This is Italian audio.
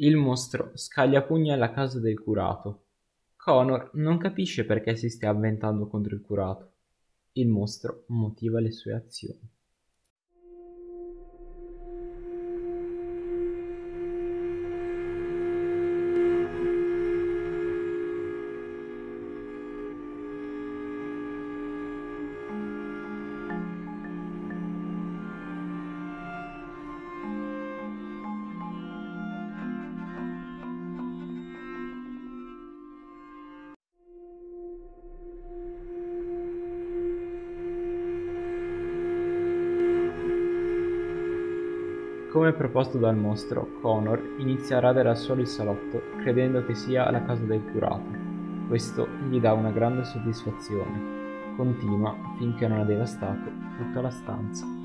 Il mostro scaglia pugni alla casa del curato. Connor non capisce perché si stia avventando contro il curato. Il mostro motiva le sue azioni. Come proposto dal mostro, Connor inizia a radere al suolo il salotto, credendo che sia la casa del curato. Questo gli dà una grande soddisfazione. Continua finché non ha devastato tutta la stanza.